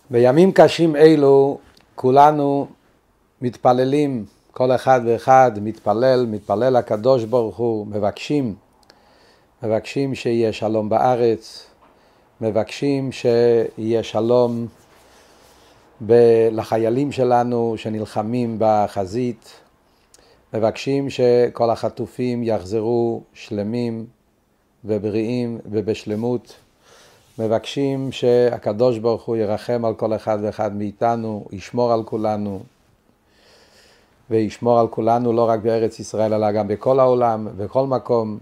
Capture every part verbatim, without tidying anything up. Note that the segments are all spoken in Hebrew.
בימים קשים אלו כולנו מתפללים, כל אחד ואחד מתפלל, מתפלל לקדוש ברוך הוא, מבקשים, מבקשים שיהיה שלום בארץ, מבקשים שיהיה שלום לחיילים שלנו שנלחמים בחזית, מבקשים שכל החטופים יחזרו שלמים ובריאים ובשלמות, מבקשים שהקדוש ברוך הוא ירחם על כל אחד ואחד מאיתנו, ישמור על כולנו, וישמור על כולנו לא רק בארץ ישראל אלא גם בכל העולם, בכל מקום.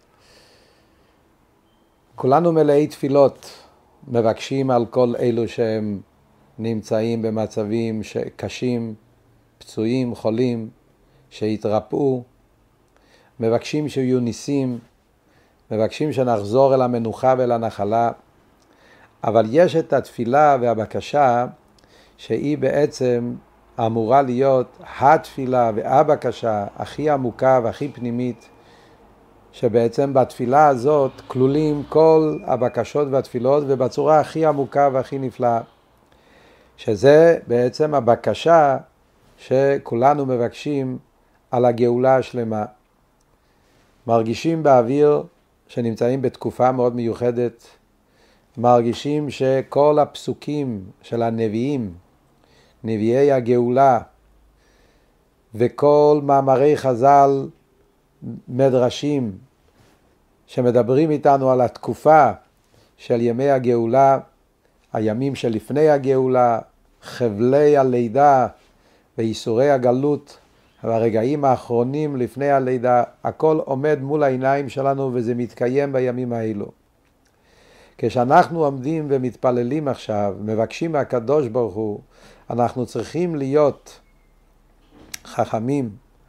כולנו מלאי תפילות, מבקשים על כל אלו שהם נמצאים במצבים קשים, פצועים, חולים, שיתרפאו, מבקשים שיהיו ניסים, מבקשים שנחזור אל המנוחה ואל הנחלה. אבל יש את התפילה והבקשה שהיא בעצם אמורה להיות התפילה והבקשה הכי עמוקה והכי פנימית, שבעצם בתפילה הזאת כלולים כל הבקשות והתפילות ובצורה הכי עמוקה והכי נפלאה, שזה בעצם הבקשה שכולנו מבקשים על הגאולה השלמה. מרגישים באוויר שנמצאים בתקופה מאוד מיוחדת, מרגישים שכל הפסוקים של הנביאים, נביאי הגאולה, וכל מאמרי חז"ל, מדרשים, שמדברים איתנו על התקופה של ימי הגאולה, הימים שלפני הגאולה, חבלי הלידה וייסורי הגלות, והרגעים האחרונים לפני הלידה, הכל עומד מול העיניים שלנו וזה מתקיים בימים האלו. כשאנחנו עומדים ומתפללים עכשיו, מבקשים מהקדוש ברוך הוא, אנחנו צריכים להיות חכמים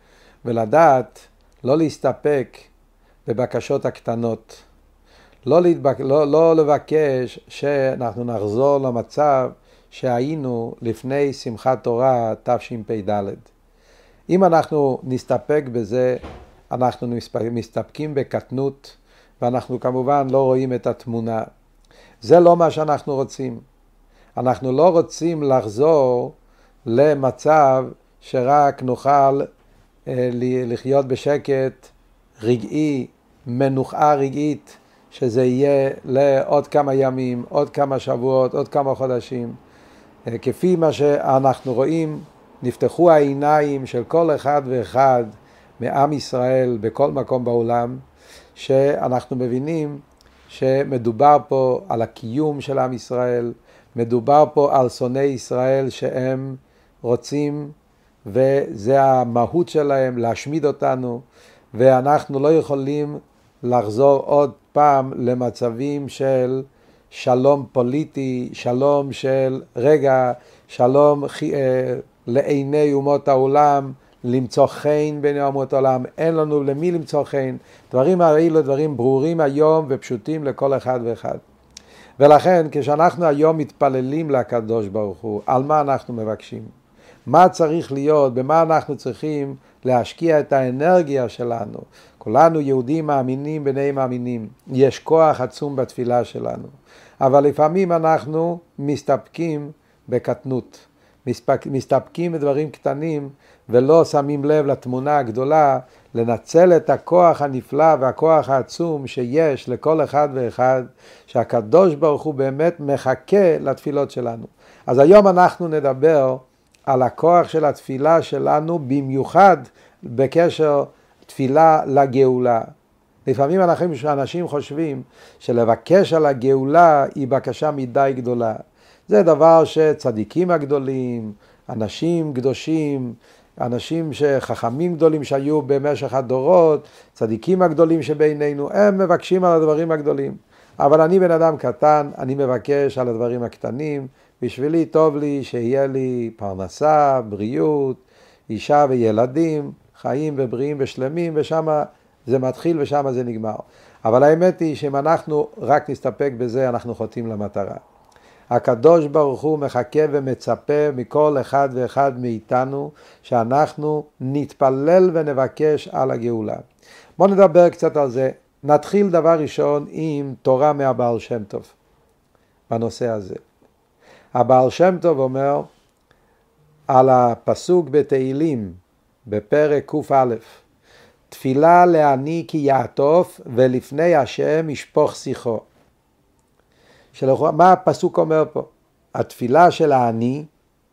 ולדעת לא להסתפק בבקשות הקטנות, לא, להתבק... לא, לא לבקש שאנחנו נחזור למצב שהיינו לפני שמחת תורה תשפ"ד. אם אנחנו נסתפק בזה, אנחנו מסתפקים בקטנות, ואנחנו כמובן לא רואים את התמונה. זה לא מה שאנחנו רוצים. אנחנו לא רוצים לחזור למצב שרק נוכל אה, לחיות בשקט רגעי, מנוחה רגעית, שזה יהיה לעוד כמה ימים, עוד כמה שבועות, עוד כמה חודשים. אה, כפי מה שאנחנו רואים, נפתחו העיניים של כל אחד ואחד מעם ישראל בכל מקום בעולם, שאנחנו מבינים שמדובר פה על הקיום של עם ישראל, מדובר פה על שונאי ישראל שהם רוצים, וזה המהות שלהם, להשמיד אותנו, ואנחנו לא יכולים לחזור עוד פעם למצבים של שלום פוליטי, שלום של רגע, שלום לעיני אומות העולם, למצוא חן בין אומות העולם. אין לנו למי למצוא חן. דברים האלו דברים ברורים היום ופשוטים לכל אחד ואחד. ולכן כשאנחנו היום מתפללים לקדוש ברוך הוא, על מה אנחנו מבקשים? מה צריך להיות? במה אנחנו צריכים להשקיע את האנרגיה שלנו? כולנו יהודים מאמינים בני מאמינים. יש כוח עצום בתפילה שלנו. אבל לפעמים אנחנו מסתפקים בקטנות. מסתפקים בדברים קטנים ולא שמים לב לתמונה הגדולה, לנצל את הכוח הנפלא והכוח העצום שיש לכל אחד ואחד, שהקדוש ברוך הוא באמת מחכה לתפילות שלנו. אז היום אנחנו נדבר על הכוח של התפילה שלנו, במיוחד בקשר תפילה לגאולה. לפעמים אנשים חושבים שלבקש על הגאולה היא בקשה מדי גדולה. זה דבר שצדיקים הגדולים, אנשים קדושים, אנשים שחכמים גדולים שהיו במשך הדורות, צדיקים הגדולים שבינינו, הם מבקשים על הדברים הגדולים. אבל אני בן אדם קטן, אני מבקש על הדברים הקטנים, בשבילי טוב לי שיהיה לי פרנסה, בריאות, אישה וילדים, חיים ובריאים ושלמים, ושם זה מתחיל ושם זה נגמר. אבל האמת היא שאם אנחנו רק נסתפק בזה, אנחנו חוטאים למטרה. הקדוש ברוך הוא מחכה ומצפה מכל אחד ואחד מאיתנו שאנחנו נתפלל ונבקש על הגאולה. בואו נדבר קצת על זה. נתחיל דבר ראשון עם תורה מהבעל שם טוב בנושא הזה. הבעל שם טוב אומר על הפסוק בתהילים בפרק ק"א, תפילה לעני כי יעטוף ולפני השם ישפוך שיחו. שלכו, מה הפסוק אומר פה? התפילה של העני,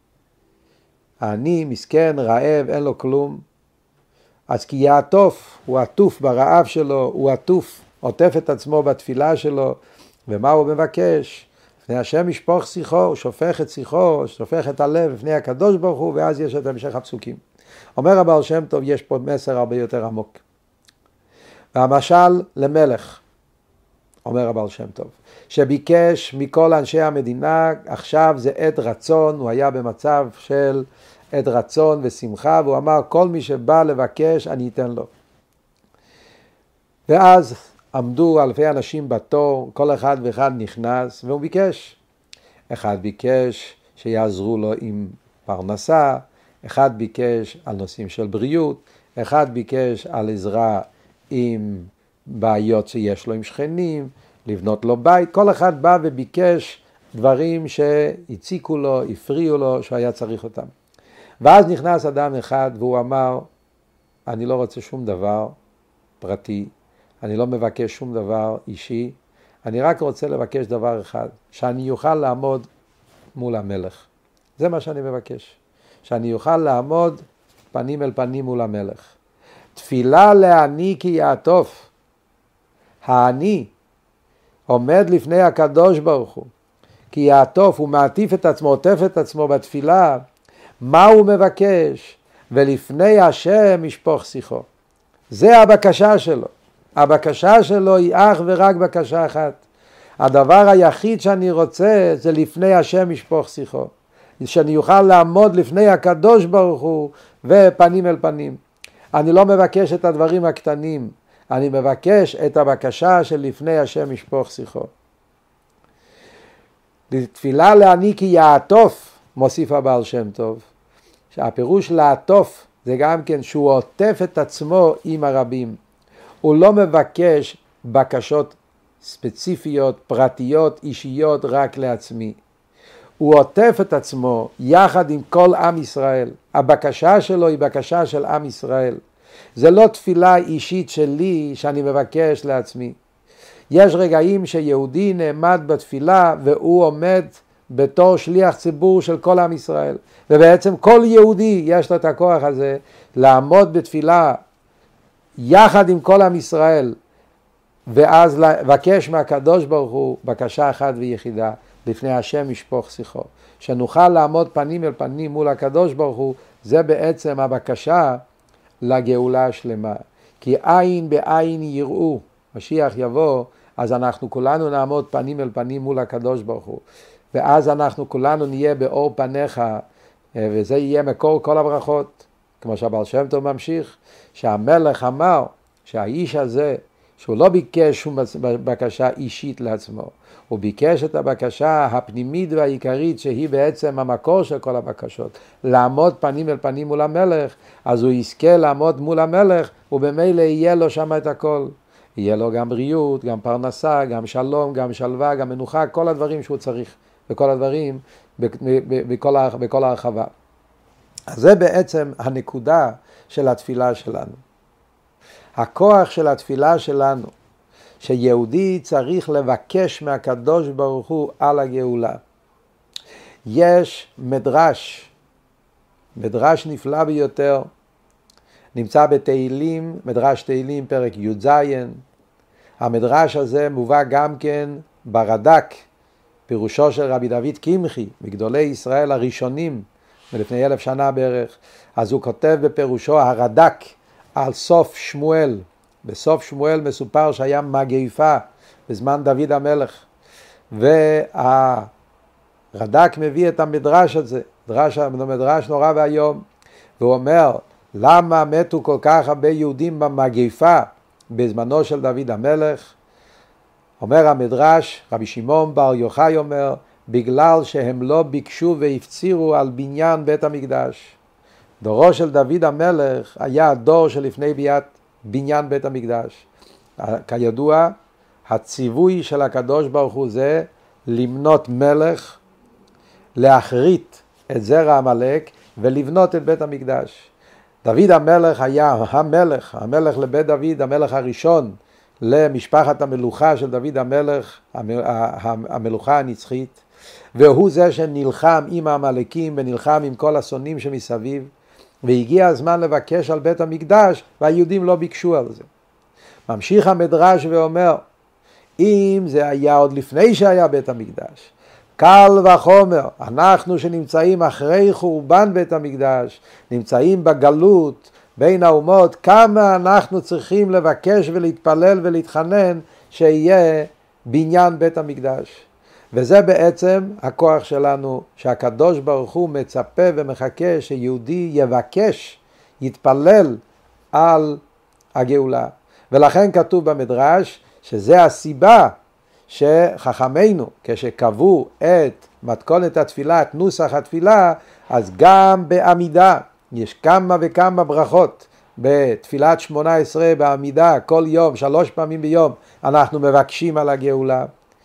העני מסכן, רעב, אין לו כלום, אז כי יעטוף, הוא עטוף ברעב שלו, הוא עטוף, עוטף את עצמו בתפילה שלו, ומה הוא מבקש? לפני השם ישפוך שיחו, הוא שופך את שיחו, שופך את הלב לפני הקדוש ברוך הוא, ואז יש את המשך הפסוקים. אומר הבעל שם טוב, יש פה מסר הרבה יותר עמוק. והמשל למלך, אומר הבעל שם טוב, שביקש מכל אנשי המדינה, עכשיו זה עת רצון, הוא היה במצב של עת רצון ושמחה, והוא אמר, כל מי שבא לבקש, אני אתן לו. ואז עמדו אלפי אנשים בתור, כל אחד ואחד נכנס, והוא ביקש. אחד ביקש שיעזרו לו עם פרנסה, אחד ביקש על נושאים של בריאות, אחד ביקש על עזרה עם בעיות שיש לו עם שכנים, לבנות לו בית, כל אחד בא וביקש דברים שהציקו לו, הפריעו לו, שהיה צריך אותם. ואז נכנס אדם אחד והוא אמר, אני לא רוצה שום דבר פרטי, אני לא מבקש שום דבר אישי, אני רק רוצה לבקש דבר אחד, שאני יוכל לעמוד מול המלך. זה מה שאני מבקש, שאני יוכל לעמוד פנים אל פנים מול המלך. תפילה לעני כי יעטוף. העני עומד לפני הקדוש ברוך הוא, כי יעטוף, הוא מעטיף את עצמו, עוטף את עצמו בתפילה, מה הוא מבקש? ולפני השם ישפוך שיחו. זה הבקשה שלו. הבקשה שלו היא אך ורק בקשה אחת. הדבר היחיד שאני רוצה זה לפני השם ישפוך שיחו. שאני יוכל לעמוד לפני הקדוש ברוך הוא ופנים אל פנים. אני לא מבקש את הדברים הקטנים, אני מבקש את הבקשה של לפני השם ישפוך שיחו. תפילה לעני כי יעטוף, מוסיף הבעל שם טוב, שהפירוש לעטוף זה גם כן שהוא עוטף את עצמו עם הרבים. הוא לא מבקש בקשות ספציפיות, פרטיות, אישיות רק לעצמי. הוא עוטף את עצמו יחד עם כל עם ישראל. הבקשה שלו היא בקשה של עם ישראל. זה לא תפילה אישית שלי שאני מבקש לעצמי. יש רגעים שיהודי נעמד בתפילה והוא עומד בתור שליח ציבור של כל עם ישראל. ובעצם כל יהודי יש לו את הכוח הזה לעמוד בתפילה יחד עם כל עם ישראל, ואז לבקש מהקדוש ברוך הוא בקשה אחת ויחידה, לפני השם ישפוך שיחו. שנוכל לעמוד פנים אל פנים מול הקדוש ברוך הוא, זה בעצם הבקשה לגאולה השלמה. כי עין בעין יראו, משיח יבוא, אז אנחנו כולנו נעמוד פנים אל פנים מול הקדוש ברוך הוא. ואז אנחנו כולנו נהיה באור פניך, וזה יהיה מקור כל הברכות. כמו שהבעל שם טוב ממשיך, שהמלך אמר שהאיש הזה, שהוא לא ביקש שום בקשה אישית לעצמו, הוא ביקש את הבקשה הפנימית והעיקרית שהיא בעצם המקור של כל הבקשות, לעמוד פנים אל פנים מול המלך, אז הוא יזכה לעמוד מול המלך ובמילא יהיה לו שם את הכל. יהיה לו גם בריאות, גם פרנסה, גם שלום, גם שלווה, גם מנוחה, כל הדברים שהוא צריך, וכל הדברים בכל, בכל הרחבה. אז זה בעצם הנקודה של התפילה שלנו. הכוח של התפילה שלנו, שיהודי צריך לבקש מהקדוש ברוך הוא על הגאולה. יש מדרש, מדרש נפלא ביותר, נמצא בתהילים, מדרש תהילים פרק י"ז. המדרש הזה מובא גם כן ברד"ק, פירושו של רבי דוד קמחי, מגדולי ישראל הראשונים, מלפני אלף שנה בערך. אז הוא כותב בפירושו הרד"ק על סוף שמואל. בסוף שמואל מסופר שהיה מגפה בזמן דוד המלך. והרד"ק מביא את המדרש הזה, מדרש, מדרש נורא והיום. והוא אומר, למה מתו כל כך הרבה יהודים במגפה בזמנו של דוד המלך? אומר המדרש, רבי שמעון בר יוחאי אומר, בגלל שהם לא ביקשו והפצירו על בניין בית המקדש. דורו של דוד המלך היה הדור שלפני ביאת בניין בית המקדש. כידוע, הציווי של הקדוש ברוך הוא זה למנות מלך, להחריט את זרע עמלק ולבנות את בית המקדש. דוד המלך היה המלך, המלך לבית דוד, המלך הראשון למשפחת המלוכה של דוד המלך, המלוכה הנצחית, והוא זה שנלחם עם העמלקים ונלחם עם כל השונאים שמסביב, והגיע הזמן לבקש על בית המקדש, והיהודים לא ביקשו על זה. ממשיך המדרש ואומר, אם זה היה עוד לפני שהיה בית המקדש, קל וחומר, אנחנו שנמצאים אחרי חורבן בית המקדש, נמצאים בגלות בין האומות, כמה אנחנו צריכים לבקש ולהתפלל ולהתחנן שיהיה בניין בית המקדש. וזה בעצם הכוח שלנו, שהקדוש ברוך הוא מצפה ומחכה שיהודי יבקש, יתפלל על הגאולה. ולכן כתוב במדרש שזה הסיבה שחכמינו, כשקבעו את מתכונת התפילה, את נוסח התפילה, אז גם בעמידה, יש כמה וכמה ברכות, בתפילת שמונה עשרה בעמידה, כל יום, שלוש פעמים ביום, אנחנו מבקשים על הגאולה.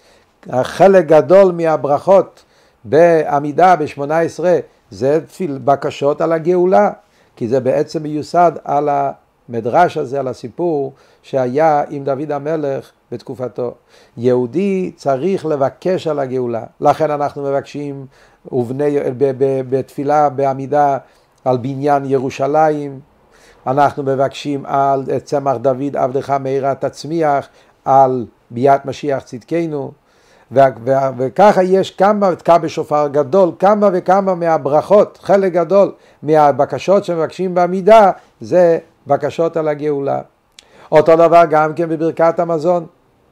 חלק גדול מהברכות בעמידה ב-שמונה עשרה, זה תפיל, בקשות על הגאולה, כי זה בעצם מיוסד על המדרש הזה, על הסיפור שהיה עם דוד המלך בתקופתו. יהודי צריך לבקש על הגאולה, לכן אנחנו מבקשים ובני, ב, ב, בתפילה בעמידה על בניין ירושלים, אנחנו מבקשים על צמח דוד עבדך מהרה תצמיח, על ביאת משיח צדקנו, ו- ו- וככה יש כמה וכמה בשופר גדול, כמה וכמה מהברכות, חלק גדול מהבקשות שמבקשים בעמידה, זה בקשות על הגאולה. אותו דבר גם כן בברכת המזון.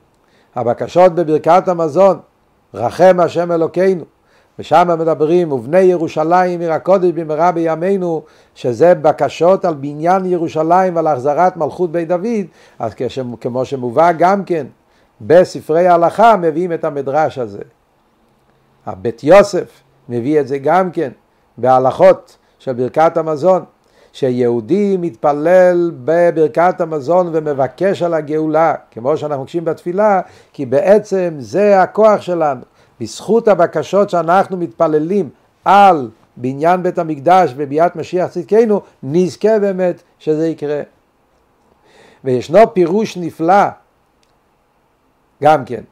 הבקשות בברכת המזון, רחם השם אלוקינו, ושם מדברים, ובני ירושלים עיר הקודש במהרה בימינו, שזה בקשות על בניין ירושלים ועל החזרת מלכות בית דוד, אז כמו שמובא גם כן, בספרי ההלכה מביאים את המדרש הזה. הבית יוסף מביא את זה גם כן בהלכות של ברכת המזון, שיהודי מתפלל בברכת המזון ומבקש על הגאולה, כמו שאנחנו מבקשים בתפילה, כי בעצם זה הכוח שלנו. בזכות הבקשות שאנחנו מתפללים על בניין בית המקדש וביאת משיח צדקנו, נזכה באמת שזה יקרה. וישנו פירוש נפלא, גם כן,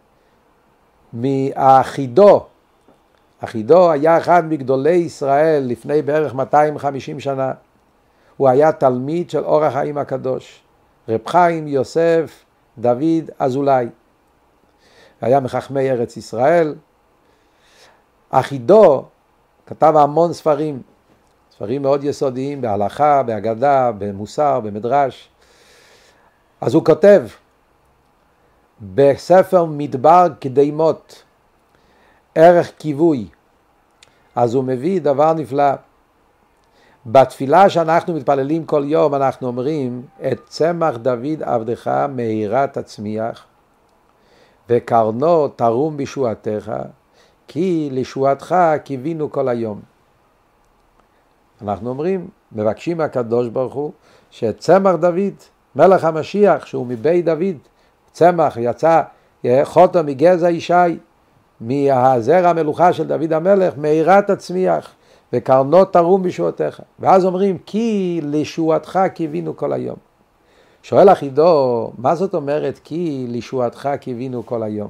מהחידו. החידו היה אחד מגדולי ישראל לפני בערך מאתיים וחמישים שנה. הוא היה תלמיד של אור החיים הקדוש, רב חיים יוסף דוד אזולאי. היה מחכמי ארץ ישראל. החידו כתב המון ספרים, ספרים מאוד יסודיים בהלכה, בהגדה, במוסר, במדרש. אז הוא כותב בספר מדבר קדימות, ערך כיווי. אז הוא מביא דבר נפלא. בתפילה שאנחנו מתפללים כל יום אנחנו אומרים, את צמח דוד עבדך מהרה תצמיח, וקרנו תרום בישועתך, כי לישועתך קיווינו כל היום. אנחנו אומרים, מבקשים הקדוש ברוך הוא, שצמח דוד, מלך המשיח, שהוא מבית דוד, צמח יצא חוטו מגזע ישי, מהזרע המלוכה של דוד המלך, מהרה תצמיח, וקרנו תרום בישועתך. ואז אומרים, כי לישועתך קיווינו כל היום. שואל החידו, מה זאת אומרת כי לישועתך קיווינו כל היום?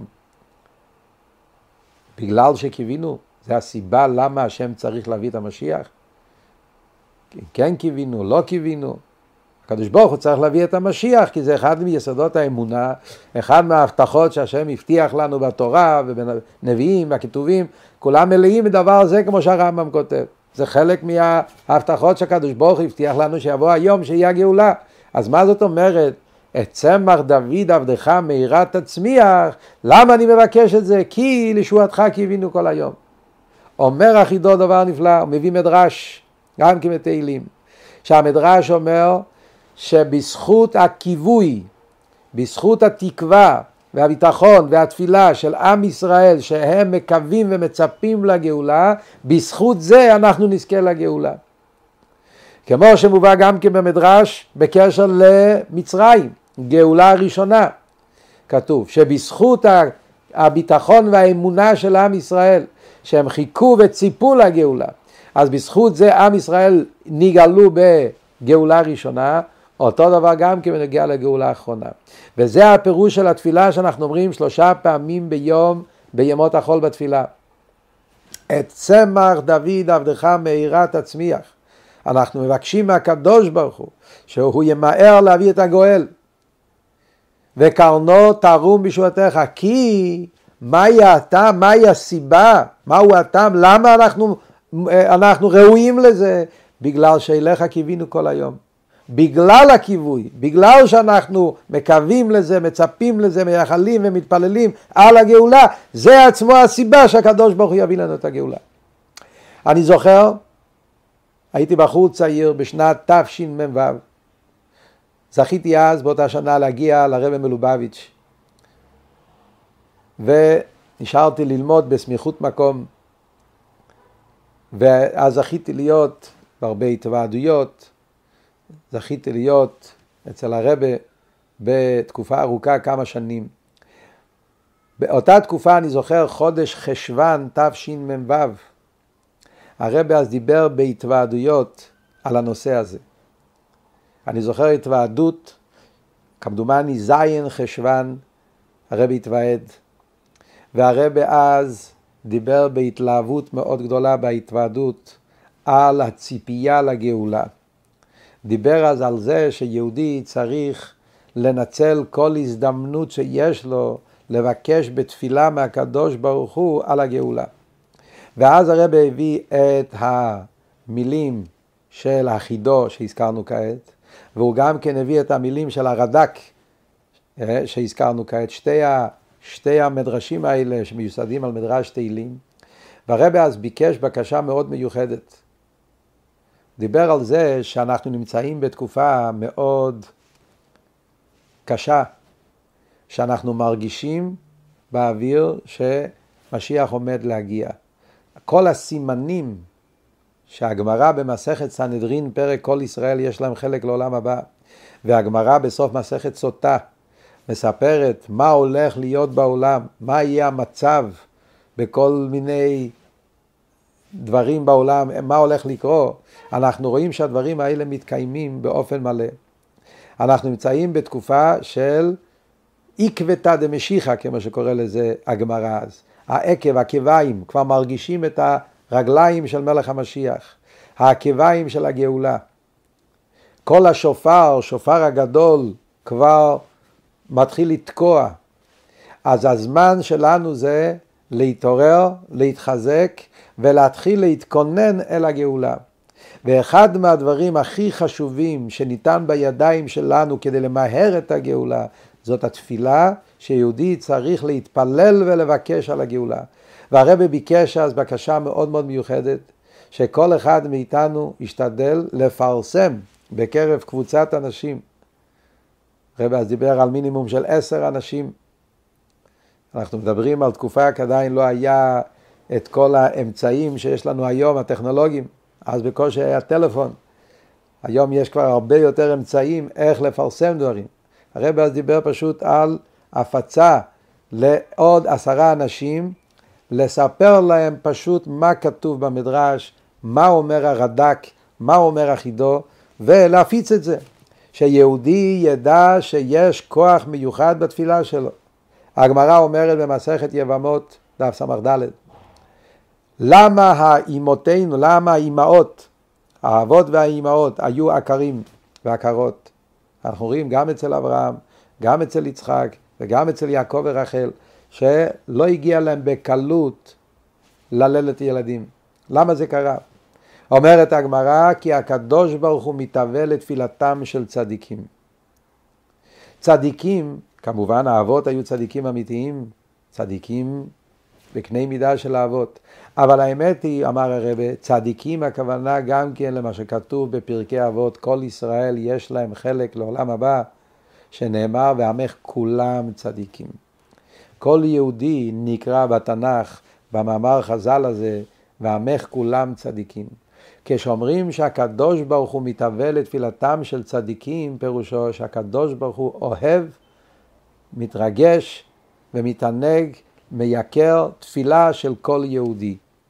בגלל שקיווינו? זה הסיבה למה השם צריך להביא את המשיח? כן קיווינו, לא קיווינו. הקדוש ברוך הוא צריך להביא את המשיח, כי זה אחד מיסודות האמונה, אחד מההבטחות שהשם הבטיח לנו בתורה ובנביאים, בכתובים, כולם מלאים בדבר הזה כמו שהרמב"ם כותב. זה חלק מההבטחות שהקדוש ברוך הוא הבטיח לנו שיבוא היום שיהיה גאולה. אז מה זאת אומרת? את צמח דוד עבדך מהרה תצמיח, למה אני מבקש את זה? כי לישועתך קיווינו כל היום. אומר החידו דבר נפלא, הוא מביא מדרש, גם כמתהילים, שהמדרש אומר שבזכות הכיווי, בזכות התקווה והביטחון והתפילה של עם ישראל, שהם מקווים ומצפים לגאולה, בזכות זה אנחנו נזכה לגאולה. כמו שמובא גם כן במדרש בקשר למצרים, גאולה הראשונה, כתוב שבזכות הביטחון והאמונה של עם ישראל, שהם חיכו וציפו לגאולה. אז בזכות זה עם ישראל נגאלו בגאולה ראשונה, אותו דבר גם כי בנגיע לגאולה האחרונה. וזה הפירוש של התפילה שאנחנו אומרים שלושה פעמים ביום בימות החול בתפילה. את צמח דוד עבדך מאירה תצמיח. אנחנו מבקשים מהקדוש ברוך הוא שהוא ימהר להביא את הגואל. וקרנו תרום בישועתך, כי מהי הטעם, מהי הסיבה, מהו הטעם, למה אנחנו, אנחנו ראויים לזה? בגלל שאליך קיווינו כל היום. בגלל הכיווי, בגלל שאנחנו מקווים לזה, מצפים לזה, מייחלים ומתפללים על הגאולה, זה עצמו הסיבה שהקדוש ברוך הוא יביא לנו את הגאולה. אני זוכר, הייתי בחור צעיר בשנת תשמ"ו, זכיתי אז באותה שנה להגיע לרבי מלובביץ', ונשארתי ללמוד בסמיכות מקום, ואז זכיתי להיות בהרבה התוועדויות, זכיתי להיות אצל הרבי בתקופה ארוכה, כמה שנים. באותה תקופה אני זוכר חודש חשוון תשמ"ו, הרבי אז דיבר בהתוועדויות על הנושא הזה. אני זוכר התוועדות, כמדומני זין חשוון, הרבי התוועד, והרבי אז דיבר בהתלהבות מאוד גדולה בהתוועדות על הציפייה לגאולה. דיבר אז על זה שיהודי צריך לנצל כל הזדמנות שיש לו לבקש בתפילה מהקדוש ברוך הוא על הגאולה. ואז הרבי הביא את המילים של החידו שהזכרנו כעת, והוא גם כן הביא את המילים של הרד"ק שהזכרנו כעת, שתי, ה, שתי המדרשים האלה שמיוסדים על מדרש תהילים. והרבי אז ביקש בקשה מאוד מיוחדת. דיבר על זה שאנחנו נמצאים בתקופה מאוד קשה, שאנחנו מרגישים באוויר שמשיח עומד להגיע. כל הסימנים שהגמרא במסכת סנהדרין פרק כל ישראל יש להם חלק לעולם הבא, והגמרא בסוף מסכת סוטה מספרת מה הולך להיות בעולם, מה יהיה המצב בכל מיני דברים בעולם, מה הולך לקרות. אנחנו רואים שהדברים האלה מתקיימים באופן מלא. אנחנו נמצאים בתקופה של עקבתא דמשיחא, כמו שקורא לזה הגמרא אז. העקב, העקביים, כבר מרגישים את הרגליים של מלך המשיח. העקביים של הגאולה. כל השופר, שופר הגדול, כבר מתחיל לתקוע. אז הזמן שלנו זה להתעורר, להתחזק, ולהתחיל להתכונן אל הגאולה. ואחד מהדברים הכי חשובים שניתן בידיים שלנו כדי למהר את הגאולה, זאת התפילה שיהודי צריך להתפלל ולבקש על הגאולה. והרבי ביקש אז בקשה מאוד מאוד מיוחדת, שכל אחד מאיתנו ישתדל לפרסם בקרב קבוצת אנשים. הרבי אז דיבר על מינימום של עשר אנשים. אנחנו מדברים על תקופה כעדיין לא היה את כל האמצעים שיש לנו היום, הטכנולוגיים. אז בקושי היה טלפון. היום יש כבר הרבה יותר אמצעים איך לפרסם דברים. הרבי אז דיבר פשוט על הפצה לעוד עשרה אנשים, לספר להם פשוט מה כתוב במדרש, מה אומר הרד"ק, מה אומר החידו, ולהפיץ את זה. שיהודי ידע שיש כוח מיוחד בתפילה שלו. הגמרא אומרת במסכת יבמות, דף סמך ד', למה האימותינו, למה האימהות, האבות והאימהות היו עקרים ועקרות? אנחנו רואים גם אצל אברהם, גם אצל יצחק וגם אצל יעקב ורחל, שלא הגיע להם בקלות ללדת ילדים. למה זה קרה? אומרת הגמרא, כי הקדוש ברוך הוא מתהווה לתפילתם של צדיקים. צדיקים, כמובן האבות היו צדיקים אמיתיים, צדיקים בקנה מידה של האבות. אבל האמת היא, אמר הרבי, צדיקים הכוונה גם כן למה שכתוב בפרקי אבות, כל ישראל יש להם חלק לעולם הבא, שנאמר ועמך כולם צדיקים. כל יהודי נקרא בתנ"ך, במאמר חז"ל הזה, ועמך כולם צדיקים. כשאומרים שהקדוש ברוך הוא מתהווה לתפילתם של צדיקים, פירושו שהקדוש ברוך הוא אוהב, מתרגש ומתענג, מייקר תפילה של כל יהודי.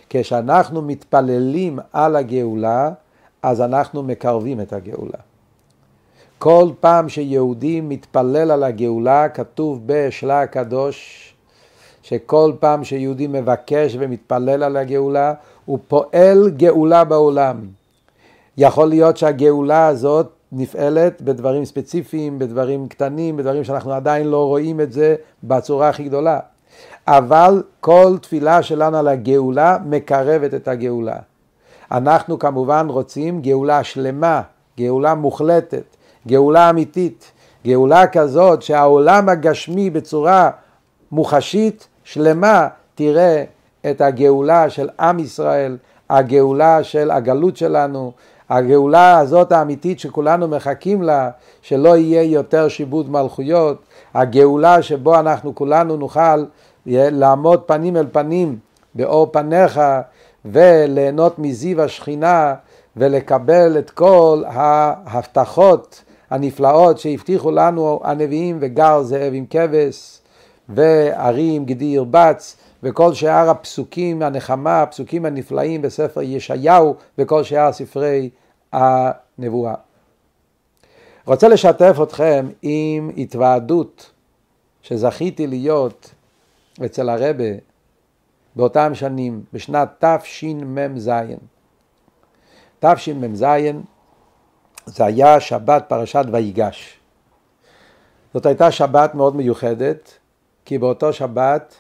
כשאנחנו מתפללים על הגאולה, אז אנחנו מקרבים את הגאולה. כל פעם שיהודי מתפלל על הגאולה, כתוב בשלה הקדוש, שכל פעם שיהודי מבקש ומתפלל על הגאולה, הוא פועל גאולה בעולם. יכול להיות שהגאולה הזאת נפעלת בדברים ספציפיים, בדברים קטנים, בדברים שאנחנו עדיין לא רואים את זה בצורה הכי גדולה. אבל כל תפילה שלנו על הגאולה מקרבת את הגאולה. אנחנו כמובן רוצים גאולה שלמה, גאולה מוחלטת, גאולה אמיתית, גאולה כזאת שהעולם הגשמי בצורה מוחשית, שלמה, תראה את הגאולה של עם ישראל, הגאולה של הגלות שלנו, הגאולה הזאת האמיתית שכולנו מחכים לה, שלא יהיה יותר שיבוד מלכויות, הגאולה שבו אנחנו כולנו נוכל לעמוד פנים אל פנים באור פניך וליהנות מזיו השכינה ולקבל את כל ההבטחות הנפלאות שהבטיחו לנו הנביאים, וגר זאב עם כבש וארי עם גדי ירבץ וכל שאר הפסוקים הנחמה, הפסוקים הנפלאים בספר ישעיהו וכל שאר ספרי הנבואה. רוצה לשתף אתכם עם התוועדות שזכיתי להיות אצל הרבי באותם שנים, בשנת תשמ"ז. תשמ"ז זה היה שבת פרשת ויגש. זאת הייתה שבת מאוד מיוחדת, כי באותו שבת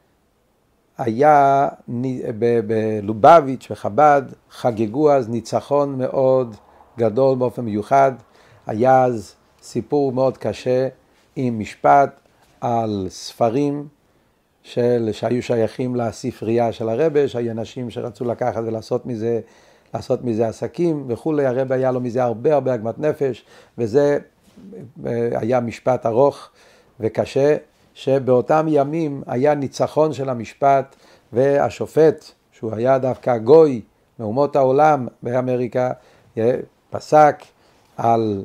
היה בלובביץ' וחב"ד חגגו אז ניצחון מאוד גדול באופן מיוחד. היה אז סיפור מאוד קשה עם משפט על ספרים של, שהיו שייכים לספרייה של הרבי, שהיו אנשים שרצו לקחת ולעשות מזה, לעשות מזה עסקים וכולי. הרבי היה לו מזה הרבה הרבה עגמת נפש, וזה היה משפט ארוך וקשה, שבאותם ימים היה ניצחון של המשפט, והשופט, שהוא היה דווקא גוי מאומות העולם באמריקה, פסק על,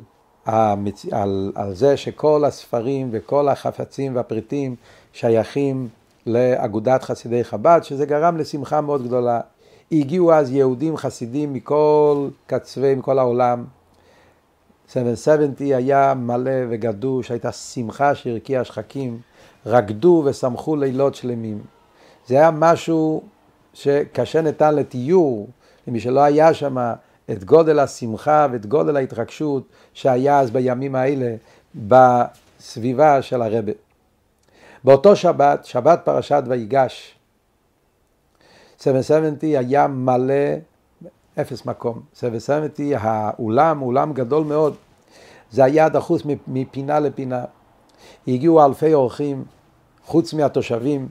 על, על זה שכל הספרים וכל החפצים והפריטים שייכים לאגודת חסידי חב"ד, שזה גרם לשמחה מאוד גדולה. הגיעו אז יהודים חסידים מכל קצווי, מכל העולם. שבע שבעים היה מלא וגדוש, הייתה שמחה שהרקיעה שחקים, רקדו ושמחו לילות שלמים. זה היה משהו שקשה ניתן לתיאור, למי שלא היה שם, את גודל השמחה ואת גודל ההתרגשות שהיה אז בימים האלה בסביבה של הרבי. באותו שבת, שבת פרשת ויגש, שבע שבעים היה מלא, אפס מקום. שבע שבעים האולם, אולם גדול מאוד, זה היה דחוס מפינה לפינה. הגיעו אלפי אורחים, חוץ מהתושבים,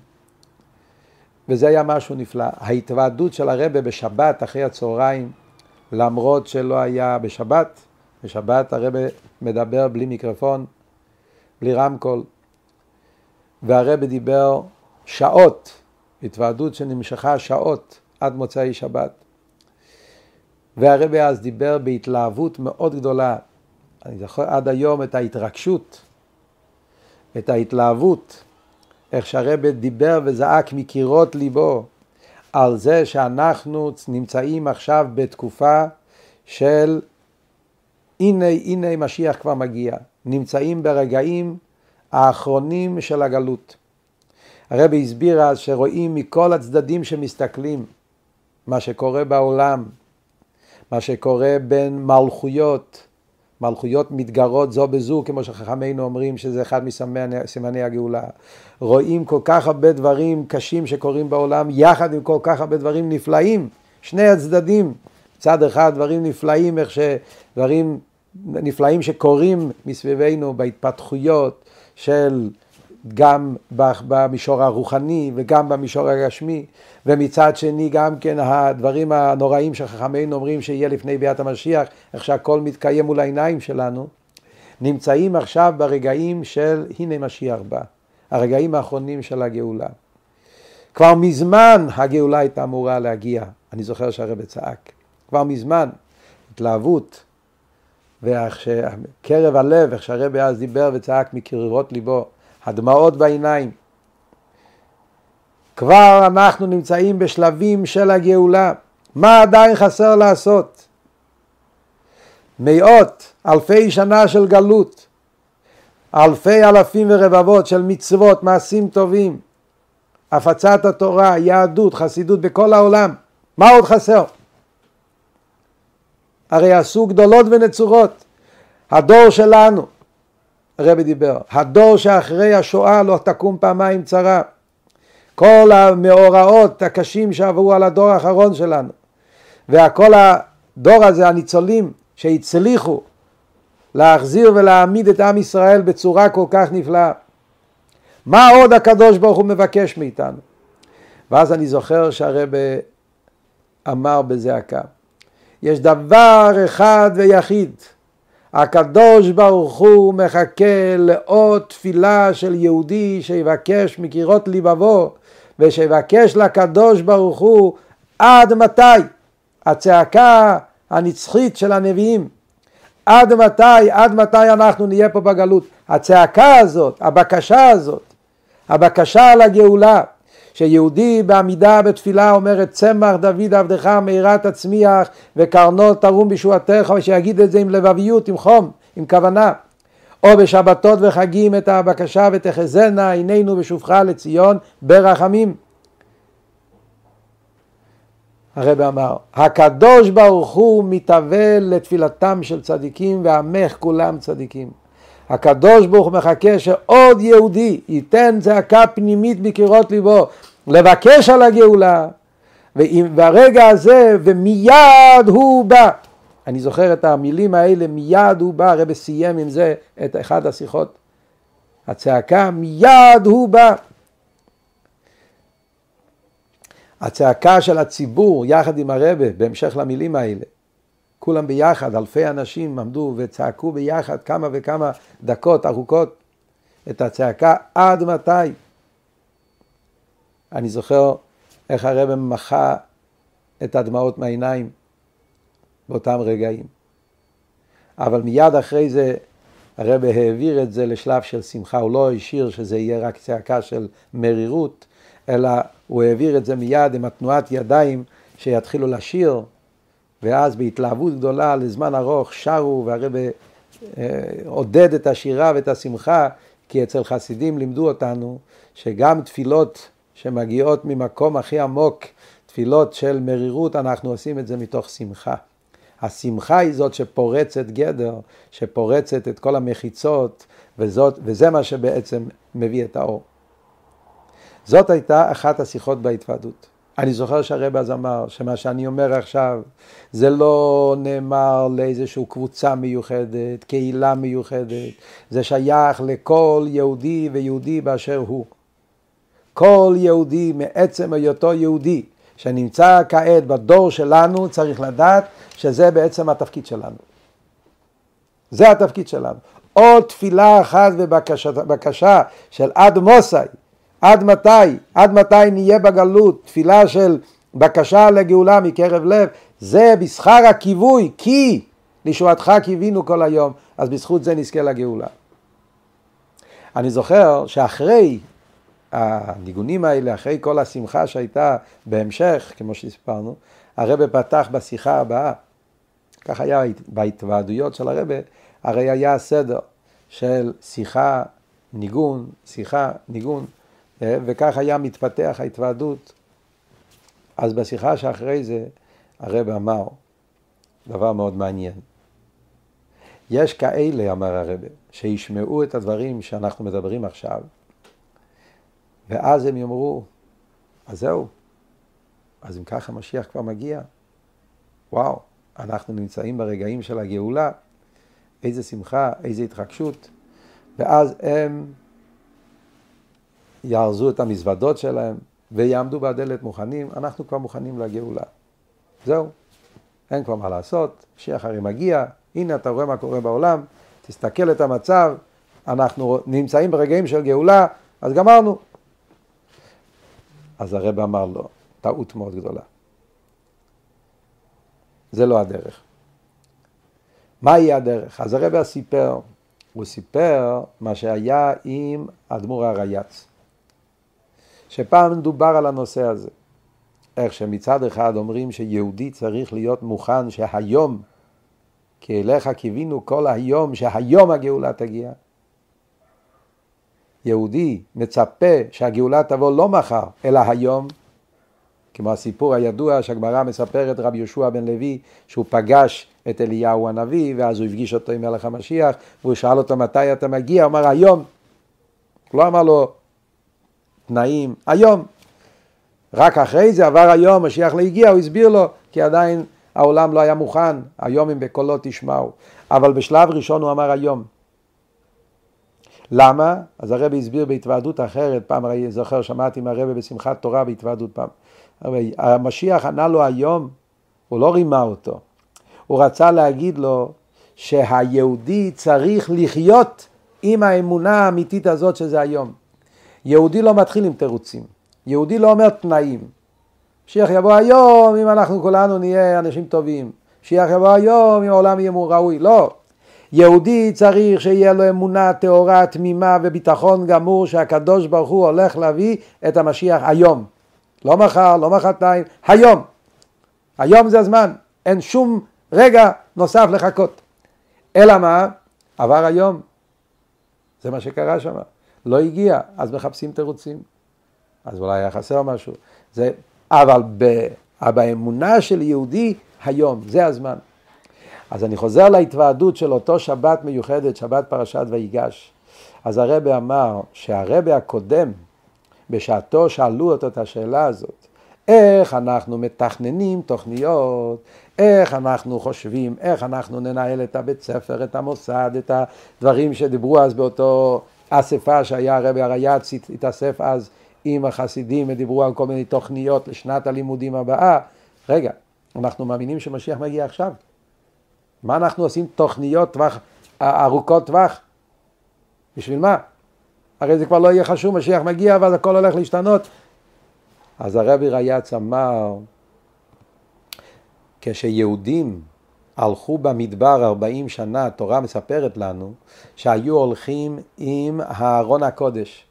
וזה היה משהו נפלא. ההתוועדות של הרבי בשבת אחרי הצהריים, למרות שלא היה בשבת, בשבת הרבי מדבר בלי מיקרופון, בלי רמקול, והרבי דיבר שעות, התוועדות שנמשכה שעות עד מוצאי שבת. והרבי אז דיבר בהתלהבות מאוד גדולה. אני זוכר עד היום את ההתרגשות, את ההתלהבות, איך שהרבי דיבר וזעק מקירות ליבו על זה שאנחנו נמצאים עכשיו בתקופה של הנה, הנה משיח כבר מגיע. נמצאים ברגעים האחרונים של הגלות. הרבי הסביר אז שרואים מכל הצדדים שמסתכלים מה שקורה בעולם, מה שקורה בין מלכויות, מלכויות מתגרות זו בזו, כמו שחכמינו אומרים שזה אחד מסימני הגאולה. רואים כל כך הרבה דברים קשים שקורים בעולם, יחד עם כל כך הרבה דברים נפלאים, שני הצדדים. צד אחד דברים נפלאים, איך שדברים נפלאים שקורים מסביבנו בהתפתחויות של גם במישור הרוחני וגם במישור הגשמי, ומצד שני גם כן הדברים הנוראים שחכמינו אומרים שיהיה לפני ביאת המשיח, איך שהכל מתקיים מול העיניים שלנו. נמצאים עכשיו ברגעים של הנה משיח בא, הרגעים האחרונים של הגאולה. כבר מזמן הגאולה הייתה אמורה להגיע. אני זוכר שהרבי צעק כבר מזמן, התלהבות, ואיך שקרב הלב, איך שהרבי אז דיבר וצעק מקרירות ליבו, הדמעות בעיניים. כבר אנחנו נמצאים בשלבים של הגאולה. מה עדיין חסר לעשות? מאות, אלפי שנה של גלות, אלפי אלפים ורבבות של מצוות, מעשים טובים, הפצת התורה, יהדות, חסידות בכל העולם. מה עוד חסר? הרי עשו גדולות ונצורות. הדור שלנו, הרבי דיבר, הדור שאחרי השואה לא תקום פעמיים צרה. כל המאורעות הקשים שעברו על הדור האחרון שלנו, וכל הדור הזה, הניצולים שהצליחו להחזיר ולהעמיד את עם ישראל בצורה כל כך נפלאה. מה עוד הקדוש ברוך הוא מבקש מאיתנו? ואז אני זוכר שהרבי אמר בזעקה, יש דבר אחד ויחיד, הקדוש ברוך הוא מחכה לעוד תפילה של יהודי שיבקש מקירות ליבבו, ושיבקש לקדוש ברוך הוא עד מתי? הצעקה הנצחית של הנביאים. עד מתי? עד מתי אנחנו נהיה פה בגלות? הצעקה הזאת, הבקשה הזאת, הבקשה לגאולה, שיהודי בעמידה בתפילה אומרת צמח דוד עבדך מהרה תצמיח וקרנו תרום בישועתך, ושיגיד את זה עם לבביות, עם חום, עם כוונה. או בשבתות וחגים את הבקשה ותחזנה עינינו בשובך לציון ברחמים. הרב אמר, הקדוש ברוך הוא מתאבל לתפילתם של צדיקים ועמך כולם צדיקים. הקדוש ברוך הוא מחכה שעוד יהודי ייתן צעקה פנימית בקירות ליבו לבקש על הגאולה, והרגע הזה ומיד הוא בא. אני זוכר את המילים האלה, מיד הוא בא. הרב סיים עם זה את אחד השיחות, הצעקה מיד הוא בא. הצעקה של הציבור יחד עם הרב בהמשך למילים האלה, כולם ביחד, אלפי אנשים עמדו וצעקו ביחד כמה וכמה דקות ארוכות את הצעקה עד מתי. אני זוכר איך הרב מחה את הדמעות מהעיניים באותם רגעים. אבל מיד אחרי זה הרב העביר את זה לשלב של שמחה. הוא לא השאיר שזה יהיה רק צעקה של מרירות, אלא הוא העביר את זה מיד עם התנועת ידיים שיתחילו לשיר, ואז בהתלהבות גדולה לזמן ארוך שרו, והרב עודד את השירה ואת השמחה, כי אצל חסידים לימדו אותנו שגם תפילות שמגיעות ממקום הכי עמוק, תפילות של מרירות, אנחנו עושים את זה מתוך שמחה. השמחה היא זאת שפורצת גדר, שפורצת את כל המחיצות, וזאת, וזה מה שבעצם מביא את האור. זאת הייתה אחת השיחות בהתוועדות. אני זוכר שהרב אז אמר שמה שאני אומר עכשיו זה לא נאמר לאיזושהי קבוצה מיוחדת, קהילה מיוחדת, זה שייך לכל יהודי ויהודי באשר הוא. כל יהודי מעצם היותו יהודי שנמצא כעת בדור שלנו צריך לדעת שזה בעצם התפקיד שלנו. זה התפקיד שלנו. עוד תפילה אחת ובקשה בקשה של עד מוסי, עד מתי, עד מתי נהיה בגלות, תפילה של בקשה לגאולה מקרב לב, זה בשכר הכיווי, כי לישועתך קיווינו כל היום, אז בזכות זה נזכה לגאולה. אני זוכר שאחרי הניגונים האלה, אחרי כל השמחה שהייתה בהמשך, כמו שסיפרנו, הרב פתח בשיחה הבאה, כך היה בהתוועדויות של הרב, הרי היה סדר של שיחה, ניגון, שיחה, ניגון, וכך היה מתפתח ההתוועדות. אז בשיחה שאחרי זה הרב אמר דבר מאוד מעניין. יש כאלה, אמר הרב, שישמעו את הדברים שאנחנו מדברים עכשיו, ואז הם יאמרו, אז זהו, אז אם ככה משיח כבר מגיע, וואו, אנחנו נמצאים ברגעים של הגאולה, איזה שמחה, איזה התרגשות, ואז הם יארזו את המזוודות שלהם ויעמדו בדלת מוכנים, אנחנו כבר מוכנים לגאולה. זהו, אין כבר מה לעשות, משיח הרי מגיע, הנה אתה רואה מה קורה בעולם, תסתכל את המצב, אנחנו נמצאים ברגעים של גאולה, אז גמרנו. אז הרב אמר לו, טעות מאוד גדולה. זה לא הדרך. מהי הדרך? אז הרב סיפר, הוא סיפר מה שהיה עם אדמו"ר הריי"צ. שפעם דובר על הנושא הזה. איך שמצד אחד אומרים שיהודי צריך להיות מוכן שהיום, כי אליך קיווינו כל היום, שהיום הגאולה תגיע. יהודי מצפה שהגאולה תבוא לא מחר, אלא היום. כמו הסיפור הידוע שהגמרא מספרת רבי יהושע בן לוי, שהוא פגש את אליהו הנביא, ואז הוא הפגיש אותו עם מלך המשיח, והוא שאל אותו מתי אתה מגיע, הוא אמר היום. הוא לא אמר לו תנאים, היום. רק אחרי זה עבר היום, משיח לא הגיע, הוא הסביר לו, כי עדיין העולם לא היה מוכן, היום אם בקולו תשמעו. אבל בשלב ראשון הוא אמר היום. למה? אז הרב הסביר בהתוועדות אחרת, פעם אני זוכר, שמעתי מהרב בשמחת תורה בהתוועדות פעם. המשיח ענה לו היום, הוא לא רימה אותו. הוא רצה להגיד לו שהיהודי צריך לחיות עם האמונה האמיתית הזאת שזה היום. יהודי לא מתחיל עם תירוצים. יהודי לא אומר תנאים. משיח יבוא היום אם אנחנו כולנו נהיה אנשים טובים. משיח יבוא היום אם העולם יהיה ראוי. לא. יהודי צריך שיהיה לו אמונה תאורה, תמימה וביטחון גמור שהקדוש ברוך הוא הולך להביא את המשיח היום. לא מחר, לא מחרתיים, היום. היום זה הזמן. אין שום רגע נוסף לחכות. אלא מה? עבר היום. זה מה שקרה שם. לא הגיע, אז מחפשים תירוצים. אז אולי היה חסר משהו. זה, אבל באמונה של יהודי היום, זה הזמן. אז אני חוזר להתוועדות של אותו שבת מיוחדת, שבת פרשת ויגש. אז הרב אמר שהרב הקודם, בשעתו שאלו אותו את השאלה הזאת, איך אנחנו מתכננים תוכניות, איך אנחנו חושבים, איך אנחנו ננהל את הבית ספר, את המוסד, את הדברים שדיברו אז באותו אספה שהיה הרב הרייץ התאסף אז עם החסידים ודיברו על כל מיני תוכניות לשנת הלימודים הבאה. רגע, אנחנו מאמינים שמשיח מגיע עכשיו. מה אנחנו עושים תוכניות טווח, ארוכות טווח? בשביל מה? הרי זה כבר לא יהיה חשוב, משיח מגיע ואז הכל הולך להשתנות. אז הרבי רייץ אמר, כשיהודים הלכו במדבר ארבעים שנה, התורה מספרת לנו, שהיו הולכים עם הארון הקודש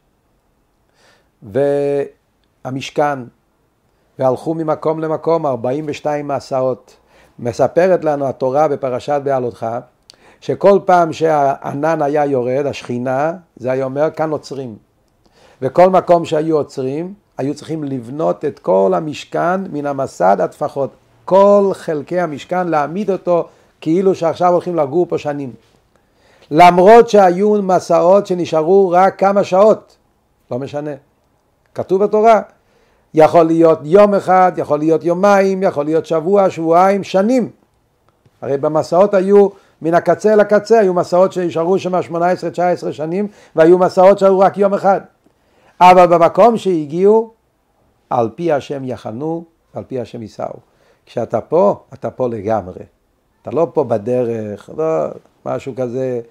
והמשכן, והלכו ממקום למקום ארבעים ושתיים מסעות. מספרת לנו התורה בפרשת בעלותך, שכל פעם שהענן היה יורד, השכינה, זה היה אומר, כאן עוצרים. וכל מקום שהיו עוצרים, היו צריכים לבנות את כל המשכן מן המסד עד טפחות. כל חלקי המשכן, להעמיד אותו כאילו שעכשיו הולכים לגור פה שנים. למרות שהיו מסעות שנשארו רק כמה שעות. לא משנה. כתוב בתורה. יכול להיות יום אחד, יכול להיות יומיים, יכול להיות שבוע, שבועיים, שנים. הרי במסעות היו מן הקצה לקצה, היו מסעות שנשארו שם שמונה עשרה תשע עשרה שנים, והיו מסעות שהיו רק יום אחד. אבל במקום שהגיעו, על פי השם יחנו, על פי השם ייסעו. כשאתה פה, אתה פה לגמרי. אתה לא פה בדרך, לא משהו כזה,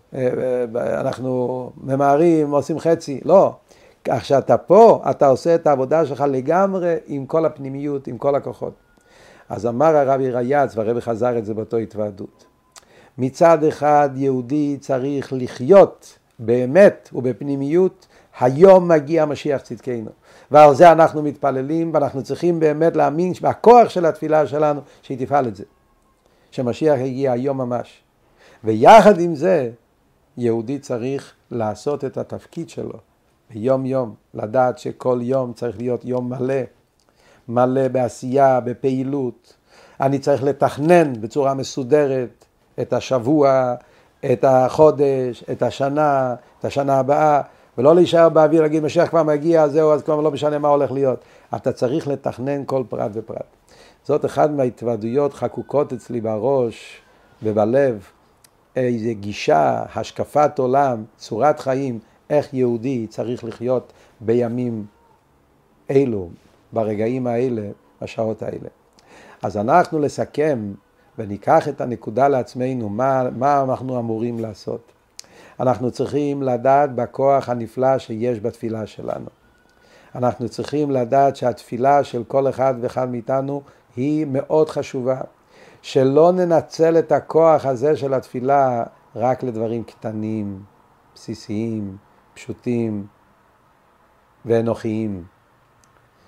אנחנו ממהרים, עושים חצי, לא. כשאתה פה, אתה עושה את העבודה שלך לגמרי עם כל הפנימיות, עם כל הכוחות. אז אמר הרבי רייץ, והרבי חזר את זה באותו התוועדות. מצד אחד יהודי צריך לחיות באמת ובפנימיות, היום מגיע משיח צדקנו. ועל זה אנחנו מתפללים, ואנחנו צריכים באמת להאמין שהכוח של התפילה שלנו, שהיא תפעל את זה. שמשיח הגיע היום ממש. ויחד עם זה, יהודי צריך לעשות את התפקיד שלו. ביום יום, לדעת שכל יום צריך להיות יום מלא, מלא בעשייה, בפעילות. אני צריך לתכנן בצורה מסודרת את השבוע, את החודש, את השנה, את השנה הבאה, ולא להישאר באוויר, להגיד משיח כבר מגיע, זהו, אז כבר לא משנה מה הולך להיות. אתה צריך לתכנן כל פרט ופרט. זאת אחד מההתוועדויות חקוקות אצלי בראש ובלב, איזו גישה, השקפת עולם, צורת חיים, איך יהודי צריך לחיות בימים אלו, ברגעים האלה, בשעות האלה. אז אנחנו לסכם וניקח את הנקודה לעצמנו, מה, מה אנחנו אמורים לעשות. אנחנו צריכים לדעת בכוח הנפלא שיש בתפילה שלנו. אנחנו צריכים לדעת שהתפילה של כל אחד ואחד מאיתנו היא מאוד חשובה. שלא ננצל את הכוח הזה של התפילה רק לדברים קטנים, בסיסיים, פשוטים ואנוכיים.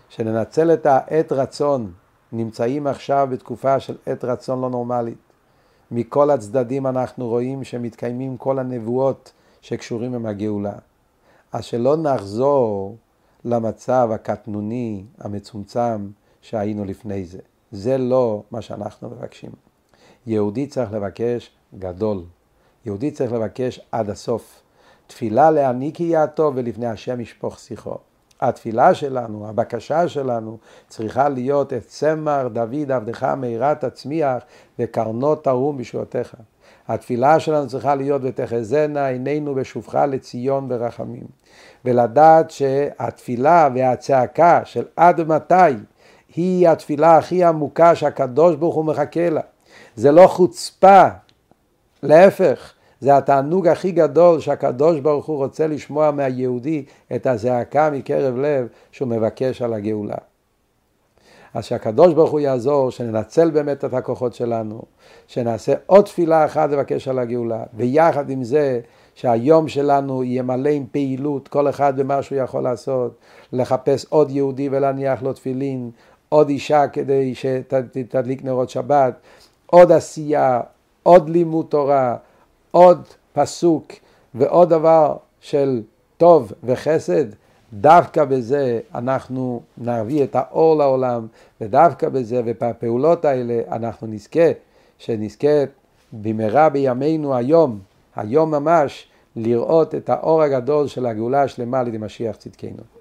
שננצל את העת רצון, נמצאים עכשיו בתקופה של עת רצון לא נורמלית. מכל הצדדים אנחנו רואים שמתקיימים כל הנבואות שקשורים עם הגאולה. אז שלא נחזור למצב הקטנוני, המצומצם שהיינו לפני זה. זה לא מה שאנחנו מבקשים. יהודי צריך לבקש גדול. יהודי צריך לבקש עד הסוף. תפילה להעניק יהיה הטוב ולפני השם ישפוך שיחו. התפילה שלנו, הבקשה שלנו, צריכה להיות את צמר דוד עבדך מהרה תצמיח וקרנות תרום בשעותיך. התפילה שלנו צריכה להיות ותחזינה עינינו בשובך לציון ברחמים. ולדעת שהתפילה והצעקה של עד מתי היא התפילה הכי עמוקה שהקדוש ברוך הוא מחכה לה. זה לא חוצפה, להפך. זה התענוג הכי גדול שהקדוש ברוך הוא רוצה לשמוע מהיהודי את הזעקה מקרב לב שהוא מבקש על הגאולה. אז שהקדוש ברוך הוא יעזור, שננצל באמת את הכוחות שלנו, שנעשה עוד תפילה אחת לבקש על הגאולה, ויחד עם זה שהיום שלנו יהיה מלא עם פעילות, כל אחד במה שהוא יכול לעשות, לחפש עוד יהודי ולהניח לו תפילין, עוד אישה כדי שתדליק נרות שבת, עוד עשייה, עוד לימוד תורה, עוד פסוק ועוד דבר של טוב וחסד, דווקא בזה אנחנו נביא את האור לעולם, ודווקא בזה ובפעולות האלה אנחנו נזכה, שנזכה במהרה בימינו היום, היום ממש, לראות את האור הגדול של הגאולה השלמה לידי משיח צדקנו.